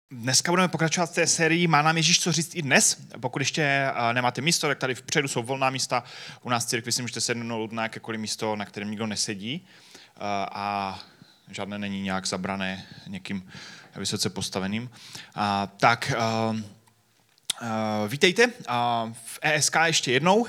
Dneska budeme pokračovat v té sérii Má nám Ježíš co říct i dnes. Pokud ještě nemáte místo, tak tady vpředu jsou volná místa. U nás v církvi si můžete sednout na jakékoliv místo, na kterém nikdo nesedí. A žádné není nějak zabrané někým vysoce postaveným. Vítejte v ESK ještě jednou.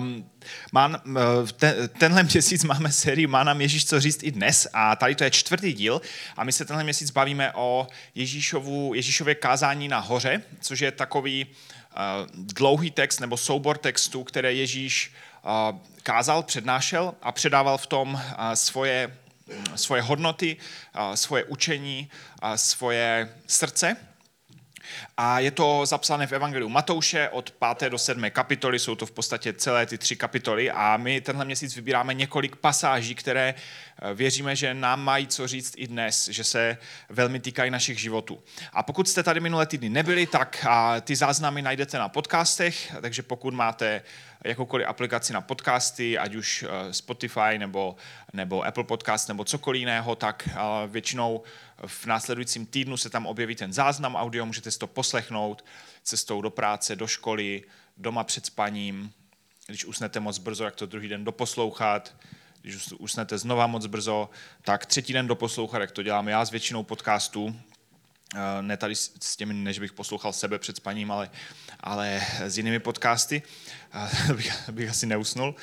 Tenhle měsíc máme sérii Má nám Ježíš co říct i dnes a tady to je 4. díl a my se tenhle měsíc bavíme o Ježíšově kázání na hoře, což je takový dlouhý text nebo soubor textů, které Ježíš kázal, přednášel a předával v tom svoje hodnoty, svoje učení, svoje srdce. A je to zapsané v Evangeliu Matouše od 5. do 7. kapitoly, jsou to v podstatě celé ty 3 kapitoly a my tenhle měsíc vybíráme několik pasáží, které věříme, že nám mají co říct i dnes, že se velmi týkají našich životů. A pokud jste tady minulé týdny nebyli, tak ty záznamy najdete na podcastech, takže pokud máte jakoukoliv aplikaci na podcasty, ať už Spotify nebo Apple Podcast nebo cokoliv jiného, tak většinou v následujícím týdnu se tam objeví ten záznam audio, můžete si to poslechnout cestou do práce, do školy, doma před spaním, když usnete moc brzo, jak to druhý den doposlouchat, když usnete znova moc brzo, tak 3. den doposlouchat, jak to dělám já s většinou podcastů, ne tady s těmi, než bych poslouchal sebe před spaním, ale s jinými podcasty, bych asi neusnul.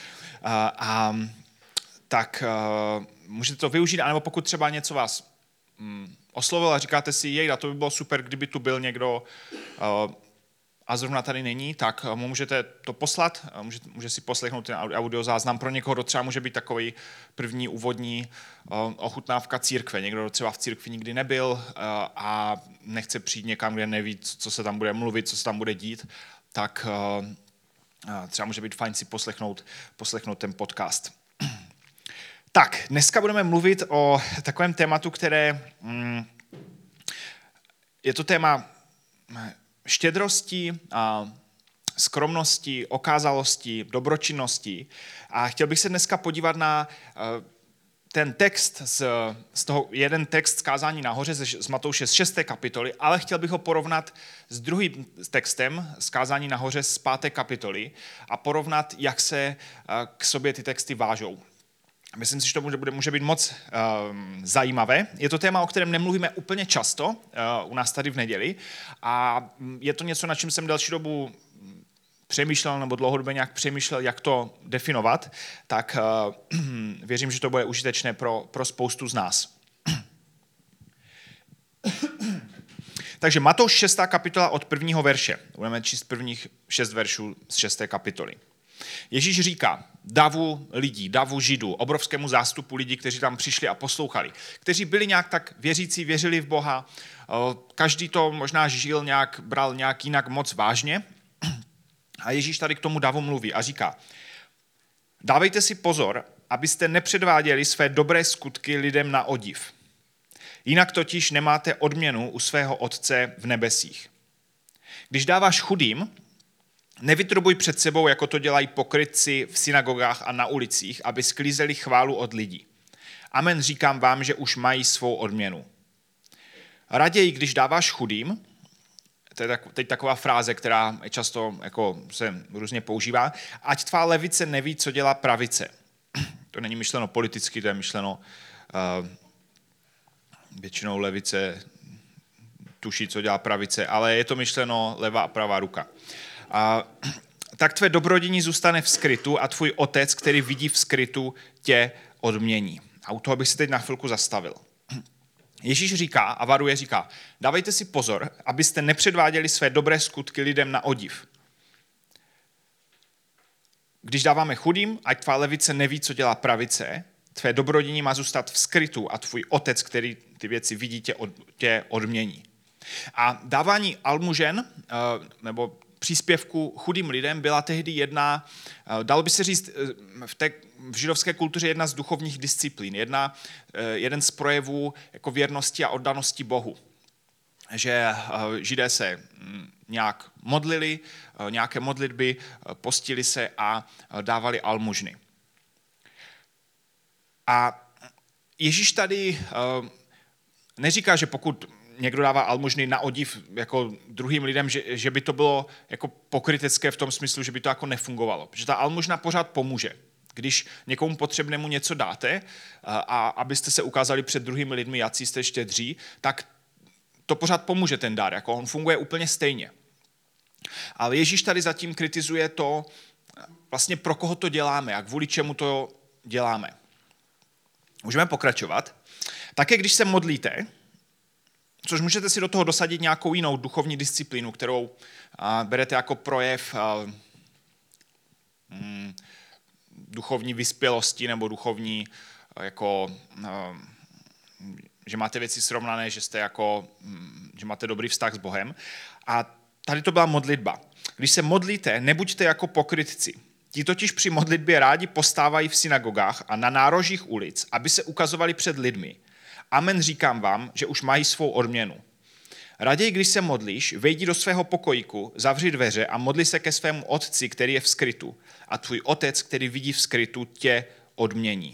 Tak můžete to využít, anebo pokud třeba něco vás oslovil a říkáte si, jej, to by bylo super, kdyby tu byl někdo a zrovna tady není, tak mu můžete to poslat, může si poslechnout ten audiozáznam. Pro někoho to třeba může být takový první úvodní ochutnávka církve. Někdo, kdo třeba v církvi nikdy nebyl a nechce přijít někam, kde neví, co se tam bude mluvit, co se tam bude dít, tak třeba může být fajn si poslechnout ten podcast. Tak, dneska budeme mluvit o takovém tématu, které je to téma štědrosti, skromnosti, okázalosti, dobročinnosti. A chtěl bych se dneska podívat na ten text, z toho jeden text z kázání nahoře z Matouše z 6. kapitoly, ale chtěl bych ho porovnat s druhým textem z kázání nahoře z 5. kapitoly a porovnat, jak se k sobě ty texty vážou. Myslím si, že to může být moc zajímavé. Je to téma, o kterém nemluvíme úplně často u nás tady v neděli a je to něco, na čem jsem delší dobu přemýšlel nebo dlouhodobě nějak přemýšlel, jak to definovat, tak věřím, že to bude užitečné pro spoustu z nás. Takže Matouš 6. kapitola od 1. verše. Budeme číst prvních 6 veršů z 6. kapitoly. Ježíš říká davu lidí, davu Židů, obrovskému zástupu lidí, kteří tam přišli a poslouchali, kteří byli nějak tak věřící, věřili v Boha, každý to možná žil nějak, bral nějak jinak moc vážně a Ježíš tady k tomu davu mluví a říká, dávejte si pozor, abyste nepředváděli své dobré skutky lidem na odiv. Jinak totiž nemáte odměnu u svého Otce v nebesích. Když dáváš chudým, nevytrubuj před sebou, jako to dělají pokrytci v synagogách a na ulicích, aby sklízeli chválu od lidí. Amen, říkám vám, že už mají svou odměnu. Raději, když dáváš chudým, to je teď taková fráze, která často se různě používá, ať tvá levice neví, co dělá pravice. To není myšleno politicky, to je myšleno většinou levice tuší, co dělá pravice, ale je to myšleno levá a pravá ruka. Tak tvé dobrodiní zůstane v skrytu a tvůj Otec, který vidí v skrytu, tě odmění. A u toho bych se teď na chvilku zastavil. Ježíš říká a varuje, říká, dávejte si pozor, abyste nepředváděli své dobré skutky lidem na odiv. Když dáváme chudým, ať tvá levice neví, co dělá pravice, tvé dobrodiní má zůstat v skrytu a tvůj Otec, který ty věci vidí, tě odmění. A dávání almužen, nebo příspěvku chudým lidem byla tehdy jedna, dalo by se říct, v židovské kultuře jedna z duchovních disciplín, jeden z projevů jako věrnosti a oddanosti Bohu. Že Židé se nějak modlili, nějaké modlitby, postili se a dávali almužny. A Ježíš tady neříká, že pokud někdo dává almužny na odiv jako druhým lidem, že by to bylo jako pokrytecké v tom smyslu, že by to jako nefungovalo. Protože ta almužna pořád pomůže. Když někomu potřebnému něco dáte a abyste se ukázali před druhými lidmi, jací jste štědří, tak to pořád pomůže ten dar, jako on funguje úplně stejně. Ale Ježíš tady zatím kritizuje to, vlastně pro koho to děláme a kvůli čemu to děláme. Můžeme pokračovat. Také když se modlíte, což můžete si do toho dosadit nějakou jinou duchovní disciplínu, kterou berete jako projev duchovní vyspělosti nebo duchovní, jako, že máte věci srovnané, že máte dobrý vztah s Bohem. A tady to byla modlitba. Když se modlíte, nebuďte jako pokrytci. Ti totiž při modlitbě rádi postávají v synagogách a na nárožích ulic, aby se ukazovali před lidmi. Amen, říkám vám, že už mají svou odměnu. Raději, když se modlíš, vejdi do svého pokojíku, zavři dveře a modli se ke svému otci, který je v skrytu. A tvůj otec, který vidí v skrytu, tě odmění.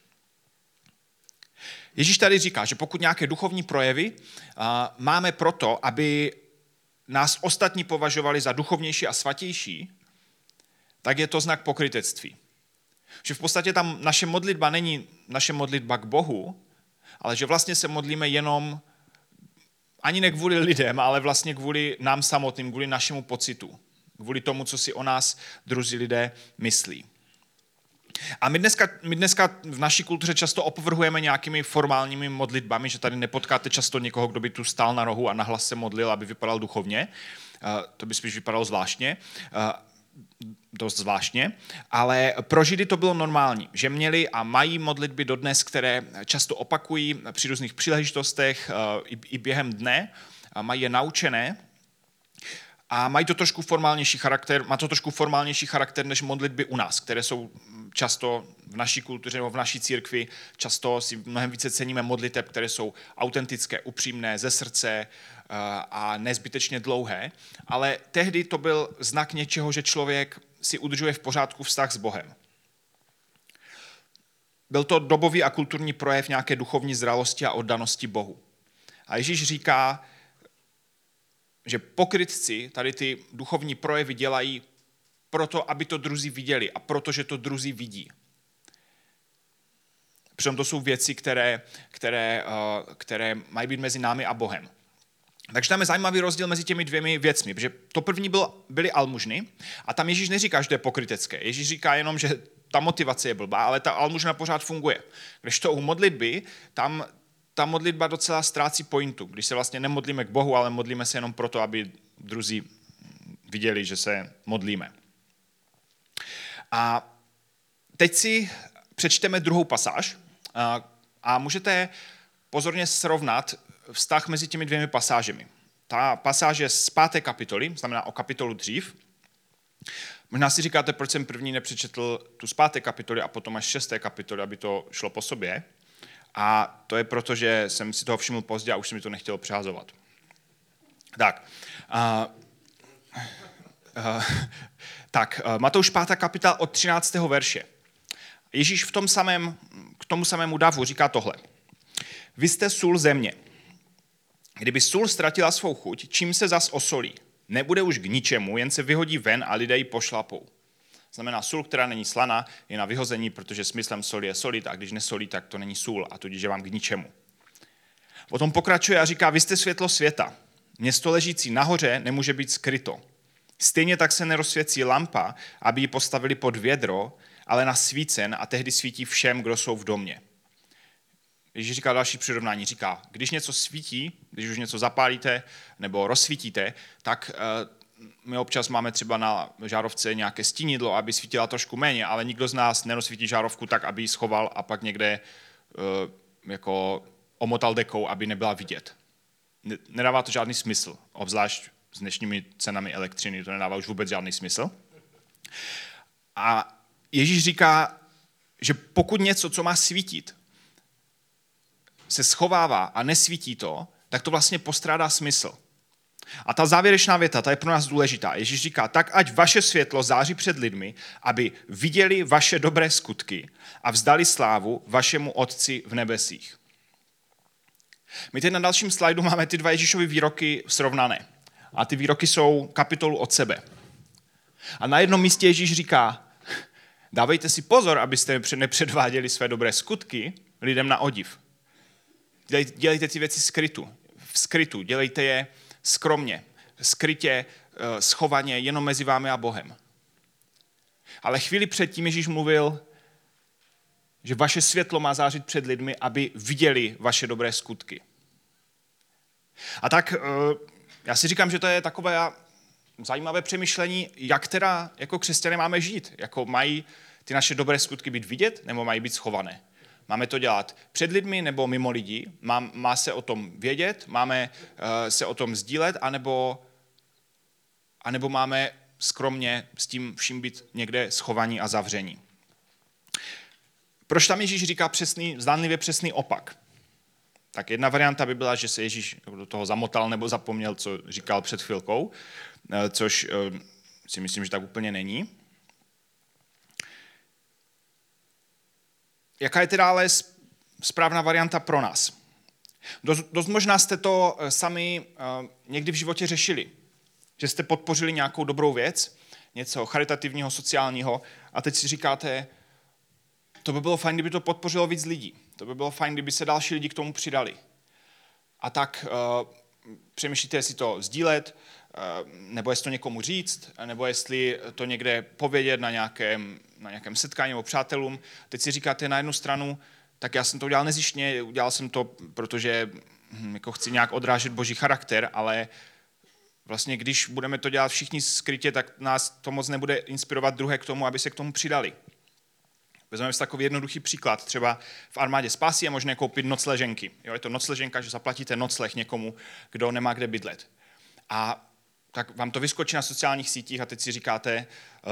Ježíš tady říká, že pokud nějaké duchovní projevy máme proto, aby nás ostatní považovali za duchovnější a svatější, tak je to znak pokrytectví. Že v podstatě tam naše modlitba není naše modlitba k Bohu, ale že vlastně se modlíme jenom ani ne kvůli lidem, ale vlastně kvůli nám samotným, kvůli našemu pocitu, kvůli tomu, co si o nás druzí lidé myslí. A my dneska v naší kultuře často opovrhujeme nějakými formálními modlitbami, že tady nepotkáte často někoho, kdo by tu stál na rohu a nahlas se modlil, aby vypadal duchovně. To by spíš vypadalo zvláštně. Dost zvláštně, ale pro Židy to bylo normální, že měli a mají modlitby dodnes, které často opakují při různých příležitostech i během dne, mají je naučené a mají to trošku formálnější charakter, má to trošku formálnější charakter než modlitby u nás, které jsou často v naší kultuře nebo v naší církvi, často si mnohem více ceníme modliteb, které jsou autentické, upřímné, ze srdce a nezbytečně dlouhé, ale tehdy to byl znak něčeho, že člověk si udržuje v pořádku vztah s Bohem. Byl to dobový a kulturní projev nějaké duchovní zralosti a oddanosti Bohu. A Ježíš říká, že pokrytci tady ty duchovní projevy dělají proto, aby to druzí viděli a protože to druzí vidí. Přitom to jsou věci, které mají být mezi námi a Bohem. Takže tam je zajímavý rozdíl mezi těmi dvěmi věcmi, protože to první byly almužny a tam Ježíš neříká, že to je pokrytecké. Ježíš říká jenom, že ta motivace je blbá, ale ta almužna pořád funguje. Když to u modlitby, tam ta modlitba docela ztrácí pointu, když se vlastně nemodlíme k Bohu, ale modlíme se jenom proto, aby druzí viděli, že se modlíme. A teď si přečteme druhou pasáž a můžete pozorně srovnat vztah mezi těmi dvěmi pasážemi. Ta pasáž je z 5. kapitoly, znamená o kapitolu dřív. Možná si říkáte, proč jsem první nepřečetl tu z 5. kapitoly a potom až 6. kapitoly, aby to šlo po sobě. A to je proto, že jsem si toho všiml pozdě a už jsem mi to nechtěl přehazovat. Tak, Matouš 5. kapitola od 13. verše. Ježíš k tomu samému davu říká tohle. Vy jste sůl země. Kdyby sůl ztratila svou chuť, čím se zas osolí? Nebude už k ničemu, jen se vyhodí ven a lidé ji pošlapou. Znamená, sůl, která není slaná, je na vyhození, protože smyslem soli je solit a když nesolí, tak to není sůl a tudíž je vám k ničemu. Potom pokračuje a říká, vy jste světlo světa. Město ležící nahoře nemůže být skryto. Stejně tak se nerozsvěcí lampa, aby ji postavili pod vědro, ale na svícen a tehdy svítí všem, kdo jsou v domě. Ježíš říká další přirovnání, říká, když něco svítí, když už něco zapálíte nebo rozsvítíte, tak my občas máme třeba na žárovce nějaké stínidlo, aby svítila trošku méně, ale nikdo z nás nerozsvítí žárovku tak, aby ji schoval a pak někde jako omotal dekou, aby nebyla vidět. Nedává to žádný smysl, obzvlášť s dnešními cenami elektřiny, to nedává už vůbec žádný smysl. A Ježíš říká, že pokud něco, co má svítit, se schovává a nesvítí to, tak to vlastně postrádá smysl. A ta závěrečná věta, ta je pro nás důležitá. Ježíš říká, tak ať vaše světlo září před lidmi, aby viděli vaše dobré skutky a vzdali slávu vašemu Otci v nebesích. My teď na dalším slajdu máme ty dva Ježíšovy výroky srovnané. A ty výroky jsou kapitolu od sebe. A na jednom místě Ježíš říká, dávejte si pozor, abyste nepředváděli své dobré skutky lidem na odiv. Dělejte ty věci v skrytu, dělejte je skromně, skrytě, schovaně, jenom mezi vámi a Bohem. Ale chvíli předtím Ježíš mluvil, že vaše světlo má zářit před lidmi, aby viděli vaše dobré skutky. A tak já si říkám, že to je takové zajímavé přemýšlení, jak teda jako křesťané máme žít. Jako mají ty naše dobré skutky být vidět, nebo mají být schované? Máme to dělat před lidmi nebo mimo lidi? Má se o tom vědět? Máme se o tom sdílet? Anebo máme skromně s tím vším být někde schovaní a zavření? Proč tam Ježíš říká zdánlivě přesný opak? Tak jedna varianta by byla, že se Ježíš do toho zamotal nebo zapomněl, co říkal před chvilkou, což si myslím, že tak úplně není. Jaká je teda ale správná varianta pro nás? Dost možná jste to sami někdy v životě řešili, že jste podpořili nějakou dobrou věc, něco charitativního, sociálního a teď si říkáte, to by bylo fajn, kdyby to podpořilo víc lidí. To by bylo fajn, kdyby se další lidi k tomu přidali. A tak přemýšlíte, jestli to sdílet, nebo jestli to někomu říct, nebo jestli to někde povědět na nějakém setkání nebo přátelům. Teď si říkáte na jednu stranu, tak já jsem to udělal nezištně, udělal jsem to, protože jako chci nějak odrážet boží charakter, ale vlastně když budeme to dělat všichni skrytě, tak nás to moc nebude inspirovat druhé k tomu, aby se k tomu přidali. Vezmeme si takový jednoduchý příklad. Třeba v armádě spásy je možné koupit nocleženky. Jo, je to nocleženka, že zaplatíte nocleh někomu, kdo nemá kde bydlet. A tak vám to vyskočí na sociálních sítích a teď si říkáte,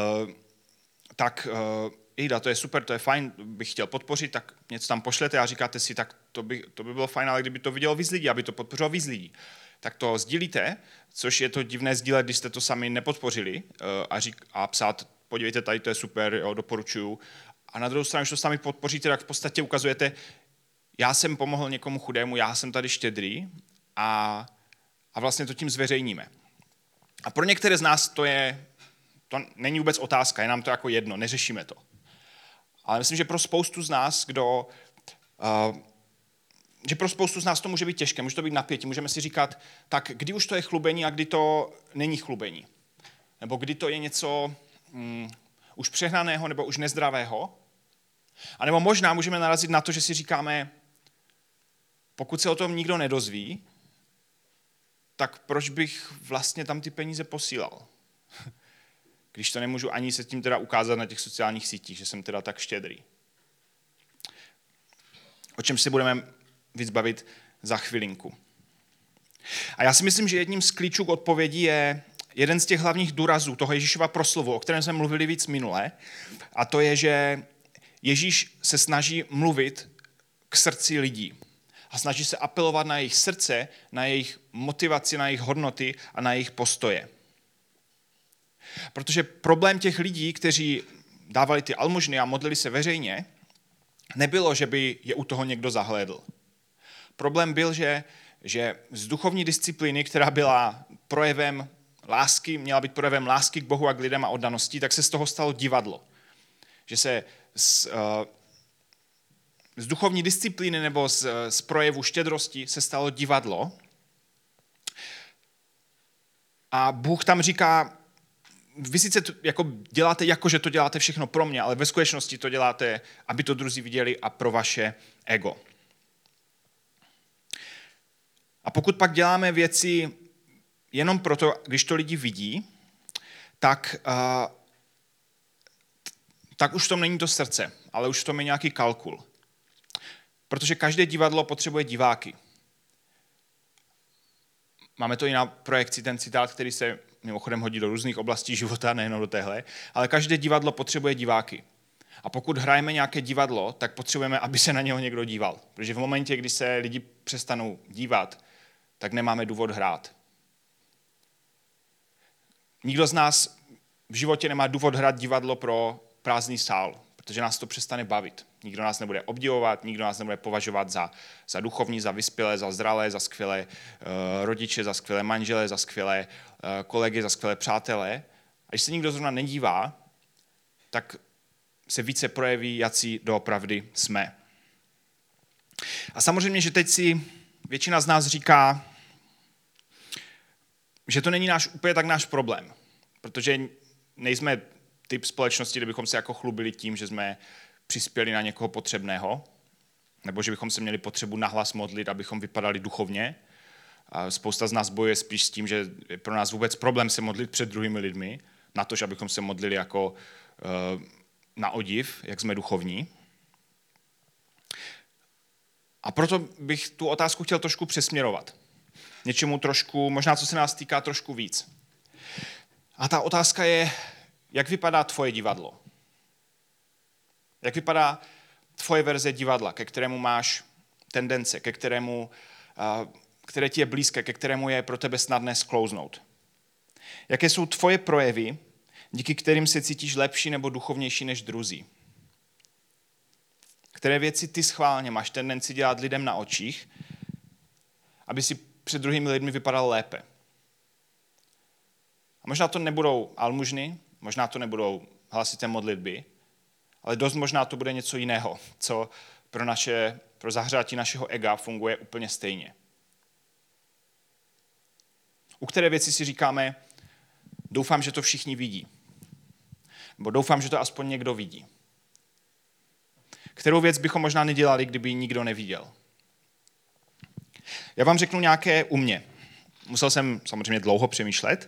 Ida, to je super, to je fajn, bych chtěl podpořit, tak něco tam pošlete a říkáte si, tak to by bylo fajn, ale kdyby to vidělo víc lidí, aby to podpořilo víc lidí. Tak to sdílíte, což je to divné sdílet, když jste to sami nepodpořili a psát, podívejte, tady to je super, jo, doporučuju. A na druhou stranu, když to sami podpoříte, tak v podstatě ukazujete, já jsem pomohl někomu chudému, já jsem tady štědrý a vlastně to tím zveřejníme. A pro některé z nás to není vůbec otázka, je nám to jako jedno, neřešíme to. Ale myslím, že pro spoustu z nás, to může být těžké, může to být napětí, můžeme si říkat, tak kdy už to je chlubení a kdy to není chlubení. Nebo kdy to je něco už přehnaného nebo už nezdravého. A nebo možná můžeme narazit na to, že si říkáme, pokud se o tom nikdo nedozví, tak proč bych vlastně tam ty peníze posílal? Když to nemůžu ani se tím teda ukázat na těch sociálních sítích, že jsem teda tak štědrý. O čem se budeme víc bavit za chvilinku. A já si myslím, že jedním z klíčů k odpovědi je jeden z těch hlavních důrazů toho Ježíšova proslovu, o kterém jsme mluvili víc minule, a to je, že Ježíš se snaží mluvit k srdci lidí. A snaží se apelovat na jejich srdce, na jejich motivaci, na jejich hodnoty a na jejich postoje. Protože problém těch lidí, kteří dávali ty almužny a modlili se veřejně, nebylo, že by je u toho někdo zahlédl. Problém byl, že z duchovní disciplíny, která byla projevem lásky, měla být projevem lásky k Bohu a k lidem a oddaností, tak se z toho stalo divadlo. Že se z duchovní disciplíny nebo z projevu štědrosti se stalo divadlo. A Bůh tam říká, vy sice děláte že to děláte všechno pro mě, ale ve skutečnosti to děláte, aby to druzí viděli a pro vaše ego. A pokud pak děláme věci jenom proto, když to lidi vidí, tak už v tom není to srdce, ale už v tom je nějaký kalkul. Protože každé divadlo potřebuje diváky. Máme to i na projekci, ten citát, který se mimochodem hodí do různých oblastí života, nejen do téhle, ale každé divadlo potřebuje diváky. A pokud hrajeme nějaké divadlo, tak potřebujeme, aby se na něho někdo díval. Protože v momentě, kdy se lidi přestanou dívat, tak nemáme důvod hrát. Nikdo z nás v životě nemá důvod hrát divadlo pro prázdný sál. protože nás to přestane bavit. Nikdo nás nebude obdivovat, nikdo nás nebude považovat za duchovní, za vyspělé, za zralé, za skvělé rodiče, za skvělé manžele, za skvělé kolegy, za skvělé přátelé. A když se nikdo zrovna nedívá, tak se více projeví, jací doopravdy jsme. A samozřejmě, že teď si většina z nás říká, že to není úplně tak náš problém, protože nejsme typ společnosti, kde bychom se jako chlubili tím, že jsme přispěli na někoho potřebného, nebo že bychom se měli potřebu nahlas modlit, abychom vypadali duchovně. A spousta z nás bojuje spíš s tím, že je pro nás vůbec problém se modlit před druhými lidmi, na to, abychom se modlili jako na odiv, jak jsme duchovní. A proto bych tu otázku chtěl trošku přesměrovat. Něčemu trošku, možná co se nás týká trošku víc. A ta otázka je, jak vypadá tvoje divadlo? Jak vypadá tvoje verze divadla, ke kterému máš tendence, které ti je blízké, ke kterému je pro tebe snadné sklouznout? Jaké jsou tvoje projevy, díky kterým se cítíš lepší nebo duchovnější než druzí? Které věci ty schválně máš tendenci dělat lidem na očích, aby si před druhými lidmi vypadal lépe? A možná to nebudou almužny, možná to nebudou hlasité modlitby, ale dost možná to bude něco jiného, co pro zahřátí našeho ega funguje úplně stejně. U které věci si říkáme, doufám, že to všichni vidí. Nebo doufám, že to aspoň někdo vidí. Kterou věc bychom možná nedělali, kdyby ji nikdo neviděl. Já vám řeknu nějaké u mě. Musel jsem samozřejmě dlouho přemýšlet.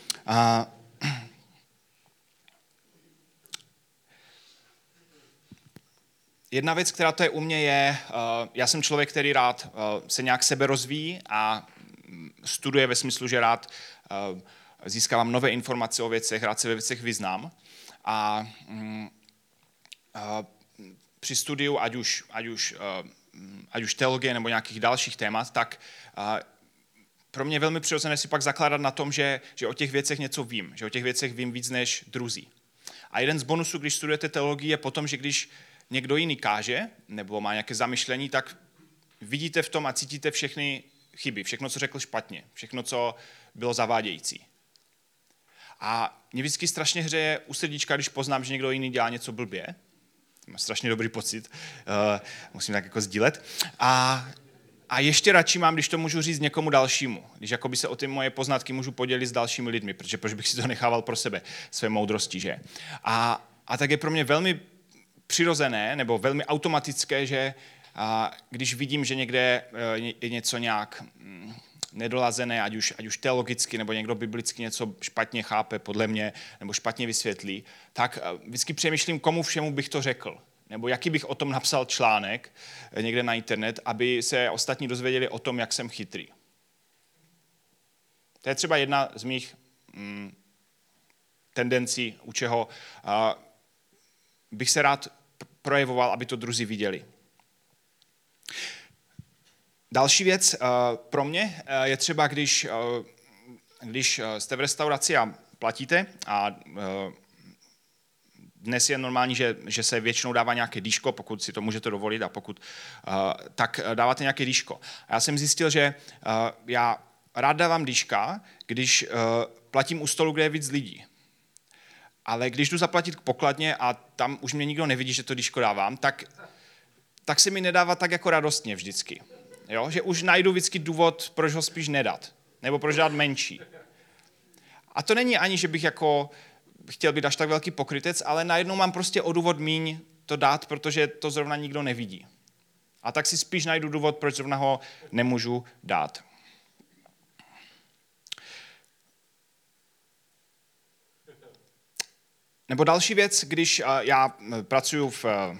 Jedna věc, která to je u mě, je, já jsem člověk, který rád se nějak sebe rozvíjí a studuje ve smyslu, že rád získávám nové informace o věcech, rád se ve věcech vyznám. A při studiu, ať už teologie nebo nějakých dalších témat, tak pro mě je velmi přirozené si pak zakládat na tom, že o těch věcech něco vím, že o těch věcech vím víc než druzí. A jeden z bonusů, když studujete teologii, je potom, že když někdo jiný káže nebo má nějaké zamyšlení, tak vidíte v tom a cítíte všechny chyby, všechno, co řekl špatně, všechno, co bylo zavádějící. A mě vždycky strašně hřeje u srdíčka, když poznám, že někdo jiný dělá něco blbě. Mám strašně dobrý pocit, musím tak jako sdílet. A ještě radši mám, když to můžu říct někomu dalšímu, když jakoby se o ty moje poznatky můžu podělit s dalšími lidmi, protože proč bych si to nechával pro sebe, své moudrosti, že? A tak je pro mě velmi přirozené nebo velmi automatické, že když vidím, že někde je něco nějak nedolazené, ať už teologicky, nebo někdo biblicky něco špatně chápe podle mě, nebo špatně vysvětlí, tak vždycky přemýšlím, komu všemu bych to řekl. Nebo jaký bych o tom napsal článek někde na internet, aby se ostatní dozvěděli o tom, jak jsem chytrý. To je třeba jedna z mých tendencí, u čeho bych se rád projevoval, aby to druzí viděli. Další věc pro mě je třeba, když jste v restauraci a platíte a dnes je normální, že se většinou dává nějaké dýško, pokud si to můžete dovolit a tak dáváte nějaké dýško. A já jsem zjistil, že já rád dávám dýška, když platím u stolu, kde je víc lidí. Ale když jdu zaplatit k pokladně a tam už mě nikdo nevidí, že to dýško dávám, tak se mi nedává tak jako radostně vždycky. Jo? Že už najdu vždycky důvod, proč ho spíš nedat. Nebo proč dát menší. A to není ani, že bych jako chtěl být až tak velký pokrytec, ale najednou mám prostě o důvod míň to dát, protože to zrovna nikdo nevidí. A tak si spíš najdu důvod, proč zrovna ho nemůžu dát. Nebo další věc, když já pracuji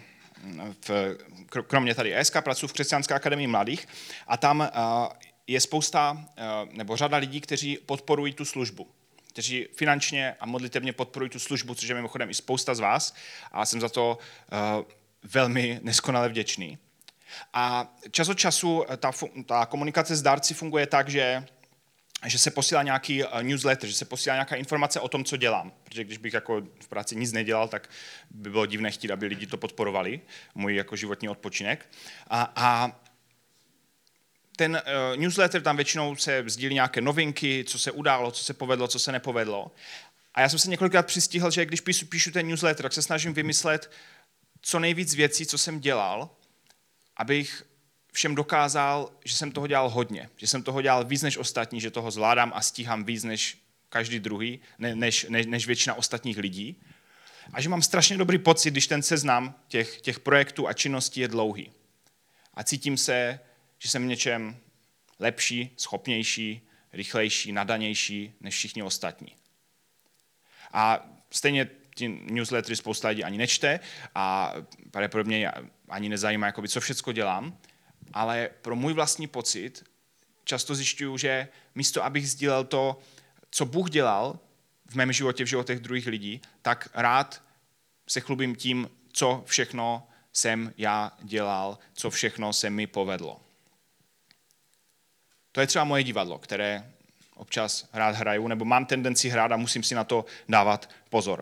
kromě tady ESK, pracuji v Křesťanské akademii mladých a tam je spousta nebo řada lidí, kteří podporují tu službu. Kteří finančně a modlitevně podporují tu službu, což je mimochodem i spousta z vás a jsem za to velmi neskonale vděčný. A čas od času ta komunikace s dárci funguje tak, že že se posílá nějaký newsletter, že se posílá nějaká informace o tom, co dělám. Protože když bych jako v práci nic nedělal, tak by bylo divné chtít, aby lidi to podporovali, můj jako životní odpočinek. A ten newsletter, tam většinou se sdílí nějaké novinky, co se událo, co se povedlo, co se nepovedlo. A já jsem se několikrát přistihl, že když píšu ten newsletter, tak se snažím vymyslet co nejvíc věcí, co jsem dělal, abych všem dokázal, že jsem toho dělal hodně, že jsem toho dělal víc než ostatní, že toho zvládám a stíhám víc než každý druhý, než většina ostatních lidí. A že mám strašně dobrý pocit, když ten seznam těch projektů a činností je dlouhý. A cítím se, že jsem v něčem lepší, schopnější, rychlejší, nadanější než všichni ostatní. A stejně ty newslettery spousta lidí ani nečte a pravděpodobně ani nezajímá, jakoby, co všecko dělám, ale pro můj vlastní pocit často zjišťuju, že místo, abych sdílel to, co Bůh dělal v mém životě, v životech druhých lidí, tak rád se chlubím tím, co všechno jsem já dělal, co všechno se mi povedlo. To je třeba moje divadlo, které občas rád hraju, nebo mám tendenci hrát a musím si na to dávat pozor.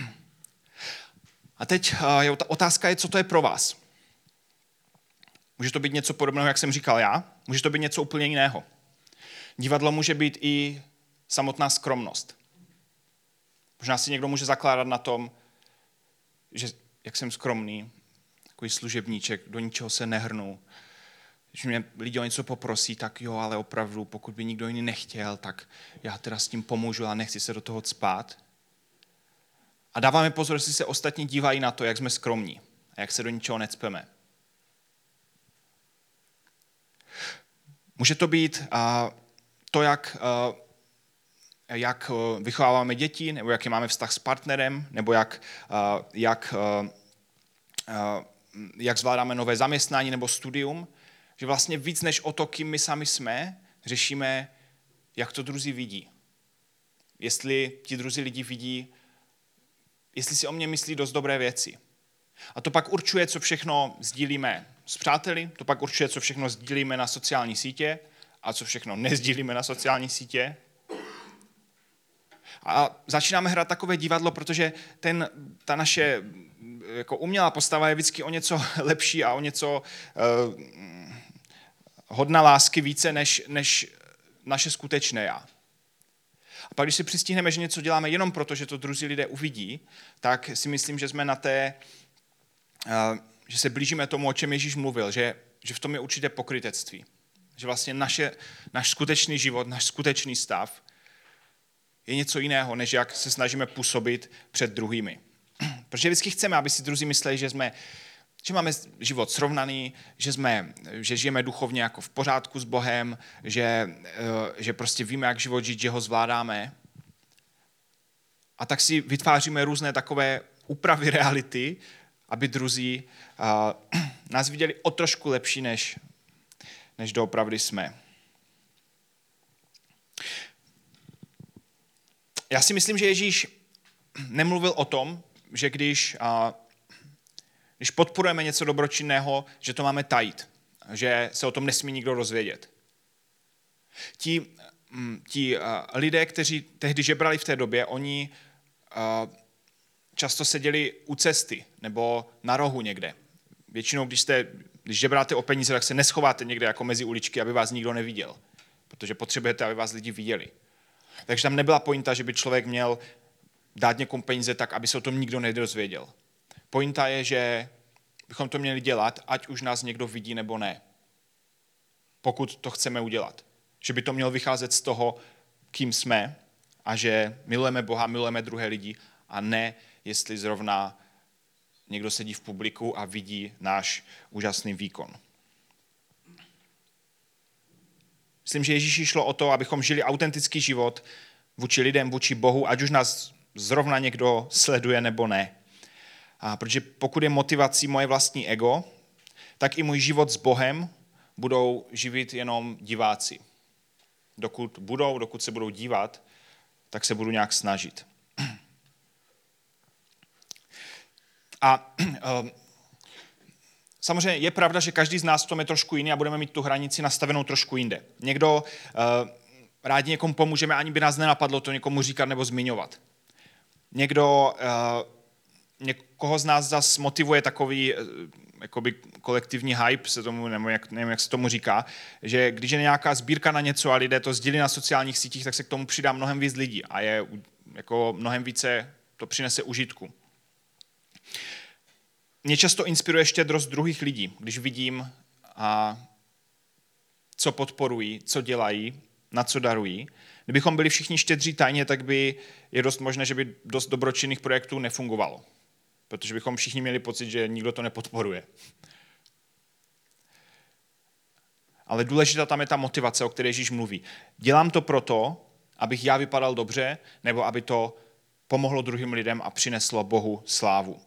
A teď otázka je, co to je pro vás. Může to být něco podobného, jak jsem říkal já, může to být něco úplně jiného. Divadlo může být i samotná skromnost. Možná si někdo může zakládat na tom, že jak jsem skromný, takový služebníček, do ničeho se nehrnu. Když mě lidi o něco poprosí, tak jo, ale opravdu, pokud by nikdo jiný nechtěl, tak já teda s tím pomůžu a nechci se do toho cpát. A dáváme pozor, jestli se ostatní dívají na to, jak jsme skromní a jak se do ničeho necpeme. Může to být to, jak vychováváme děti, nebo jaký máme vztah s partnerem, nebo jak zvládáme nové zaměstnání nebo studium, že vlastně víc než o to, kým my sami jsme, řešíme, jak to druzí vidí. Jestli ti druzí lidi vidí, jestli si o mě myslí dost dobré věci. A to pak určuje, co všechno sdílíme s přáteli, to pak určuje, co všechno sdílíme na sociální sítě a co všechno nezdílíme na sociální sítě. A začínáme hrát takové divadlo, protože ta naše jako umělá postava je vždycky o něco lepší a o něco hodna lásky více než naše skutečné já. A pak, když si přistihneme, že něco děláme jenom proto, že to druzí lidé uvidí, tak si myslím, že jsme že se blížíme tomu, o čem Ježíš mluvil, že v tom je určité pokrytectví. Že vlastně náš skutečný život, náš skutečný stav je něco jiného, než jak se snažíme působit před druhými. Protože vždycky chceme, aby si druzí mysleli, že máme život srovnaný, že žijeme duchovně jako v pořádku s Bohem, že prostě víme, jak život žít, že ho zvládáme. A tak si vytváříme různé takové úpravy reality, aby druzí nás viděli o trošku lepší, než doopravdy jsme. Já si myslím, že Ježíš nemluvil o tom, že když podporujeme něco dobročinného, že to máme tajit, že se o tom nesmí nikdo dozvědět. Ti lidé, kteří tehdy žebrali v té době, oni často seděli u cesty nebo na rohu někde. Většinou, když žebráte o peníze, tak se neschováte někde jako mezi uličky, aby vás nikdo neviděl, protože potřebujete, aby vás lidi viděli. Takže tam nebyla pointa, že by člověk měl dát někomu peníze tak, aby se o tom nikdo nedozvěděl. Pointa je, že bychom to měli dělat, ať už nás někdo vidí nebo ne. Pokud to chceme udělat. Že by to mělo vycházet z toho, kým jsme a že milujeme Boha, milujeme druhé lidi a ne, jestli zrovna někdo sedí v publiku a vidí náš úžasný výkon. Myslím, že Ježíši šlo o to, abychom žili autentický život vůči lidem, vůči Bohu, ať už nás zrovna někdo sleduje nebo ne. A protože pokud je motivací moje vlastní ego, tak i můj život s Bohem budou živit jenom diváci. Dokud se budou dívat, tak se budu nějak snažit. A samozřejmě je pravda, že každý z nás v tom je trošku jiný a budeme mít tu hranici nastavenou trošku jinde. Někdo rádi někomu pomůžeme, ani by nás nenapadlo to někomu říkat nebo zmiňovat. Někoho z nás zase motivuje takový jakoby kolektivní hype, nevím, jak se tomu říká, že když je nějaká sbírka na něco a lidé to sdílí na sociálních sítích, tak se k tomu přidá mnohem víc lidí a je jako mnohem více to přinese užitku. Mě často inspiruje štědrost druhých lidí, když vidím, co podporují, co dělají, na co darují. Kdybychom byli všichni štědří tajně, tak by je dost možné, že by dost dobročinných projektů nefungovalo. Protože bychom všichni měli pocit, že nikdo to nepodporuje. Ale důležitá tam je ta motivace, o které Ježíš mluví. Dělám to proto, abych já vypadal dobře, nebo aby to pomohlo druhým lidem a přineslo Bohu slávu.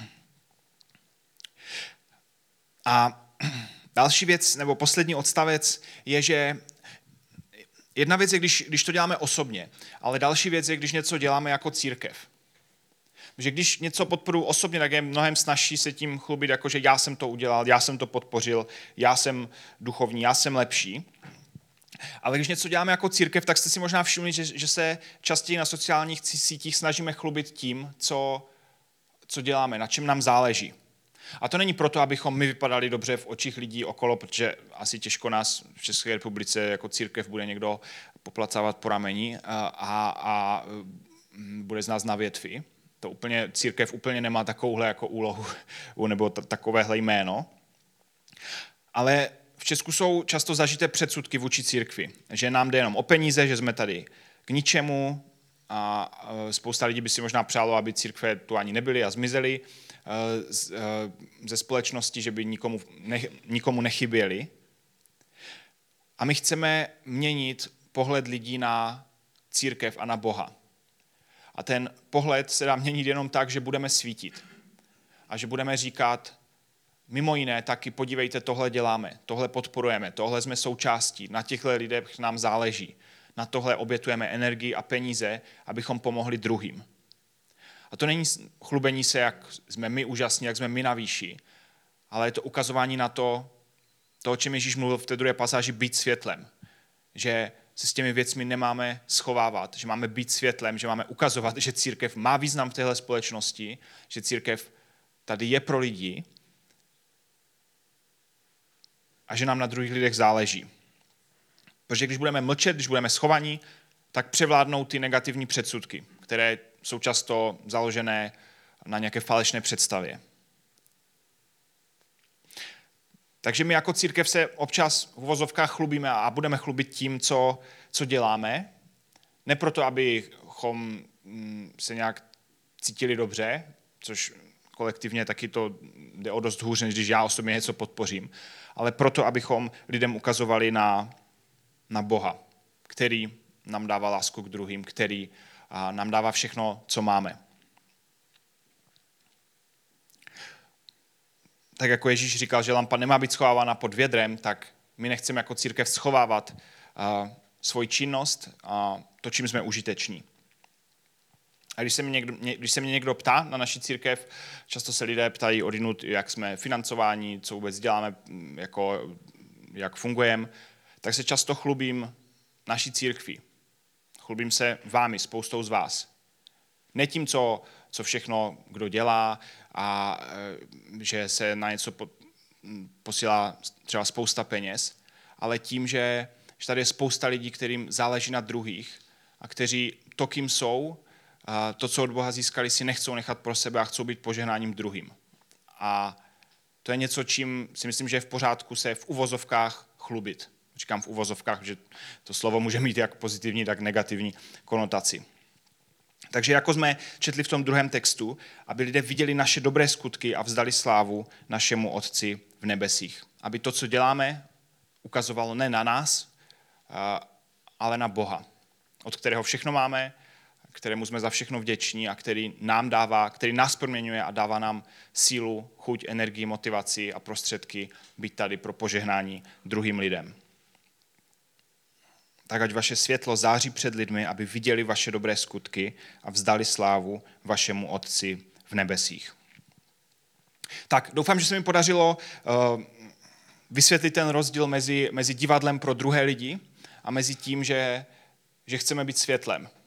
A další věc, nebo poslední odstavec je, že jedna věc je, když to děláme osobně, ale další věc je, když něco děláme jako církev. Že když něco podporuji osobně, tak je mnohem snazší se tím chlubit, jako že já jsem to udělal, já jsem to podpořil, já jsem duchovní, já jsem lepší. Ale když něco děláme jako církev, tak jste si možná všimli, že se častěji na sociálních sítích snažíme chlubit tím, co děláme, na čem nám záleží. A to není proto, abychom my vypadali dobře v očích lidí okolo, protože asi těžko nás v České republice jako církev bude někdo poplacávat po rameni a bude z nás na větvi. To úplně, církev úplně nemá takovouhle jako úlohu nebo takovéhle jméno. Ale v Česku jsou často zažité předsudky vůči církvi, že nám jde jenom o peníze, že jsme tady k ničemu a spousta lidí by si možná přálo, aby církve tu ani nebyly a zmizely ze společnosti, že by nikomu nechyběli. A my chceme měnit pohled lidí na církev a na Boha. A ten pohled se dá měnit jenom tak, že budeme svítit. A že budeme říkat, mimo jiné, taky podívejte, tohle děláme, tohle podporujeme, tohle jsme součástí, na těchto lidech nám záleží. Na tohle obětujeme energii a peníze, abychom pomohli druhým. A to není chlubení se, jak jsme my úžasní, jak jsme my na výši, ale je to ukazování na to, o čem Ježíš mluvil v té druhé pasáži, být světlem. Že se s těmi věcmi nemáme schovávat, že máme být světlem, že máme ukazovat, že církev má význam v téhle společnosti, že církev tady je pro lidi a že nám na druhých lidech záleží. Protože když budeme mlčet, když budeme schovaní, tak převládnou ty negativní předsudky, které jsou často založené na nějaké falešné představě. Takže my jako církev se občas v uvozovkách chlubíme a budeme chlubit tím, co děláme. Ne proto, abychom se nějak cítili dobře, což kolektivně taky to jde o dost hůř, než když já osobně něco podpořím, ale proto, abychom lidem ukazovali na Boha, který nám dává lásku k druhým, který nám dává všechno, co máme. Tak jako Ježíš říkal, že lampa nemá být schovávána pod vědrem, tak my nechceme jako církev schovávat svoji činnost a to, čím jsme užiteční. A když se mě někdo ptá na naši církev, často se lidé ptají odinut, jak jsme financováni, co vůbec děláme, jak fungujeme, tak se často chlubím naší církví. Chlubím se vámi, spoustou z vás. Ne tím, co všechno kdo dělá a že se na něco posílá třeba spousta peněz, ale tím, že tady je spousta lidí, kterým záleží na druhých a kteří to, kým jsou, to, co od Boha získali, si nechcou nechat pro sebe a chcou být požehnáním druhým. A to je něco, čím si myslím, že je v pořádku se v uvozovkách chlubit. Říkám v uvozovkách, že to slovo může mít jak pozitivní, tak negativní konotaci. Takže jako jsme četli v tom druhém textu, aby lidé viděli naše dobré skutky a vzdali slávu našemu Otci v nebesích. Aby to, co děláme, ukazovalo ne na nás, ale na Boha, od kterého všechno máme, kterému jsme za všechno vděční a který nás proměňuje a dává nám sílu, chuť, energii, motivaci a prostředky být tady pro požehnání druhým lidem. Tak ať vaše světlo září před lidmi, aby viděli vaše dobré skutky a vzdali slávu vašemu Otci v nebesích. Tak, doufám, že se mi podařilo vysvětlit ten rozdíl mezi divadlem pro druhé lidi a mezi tím, že že chceme být světlem.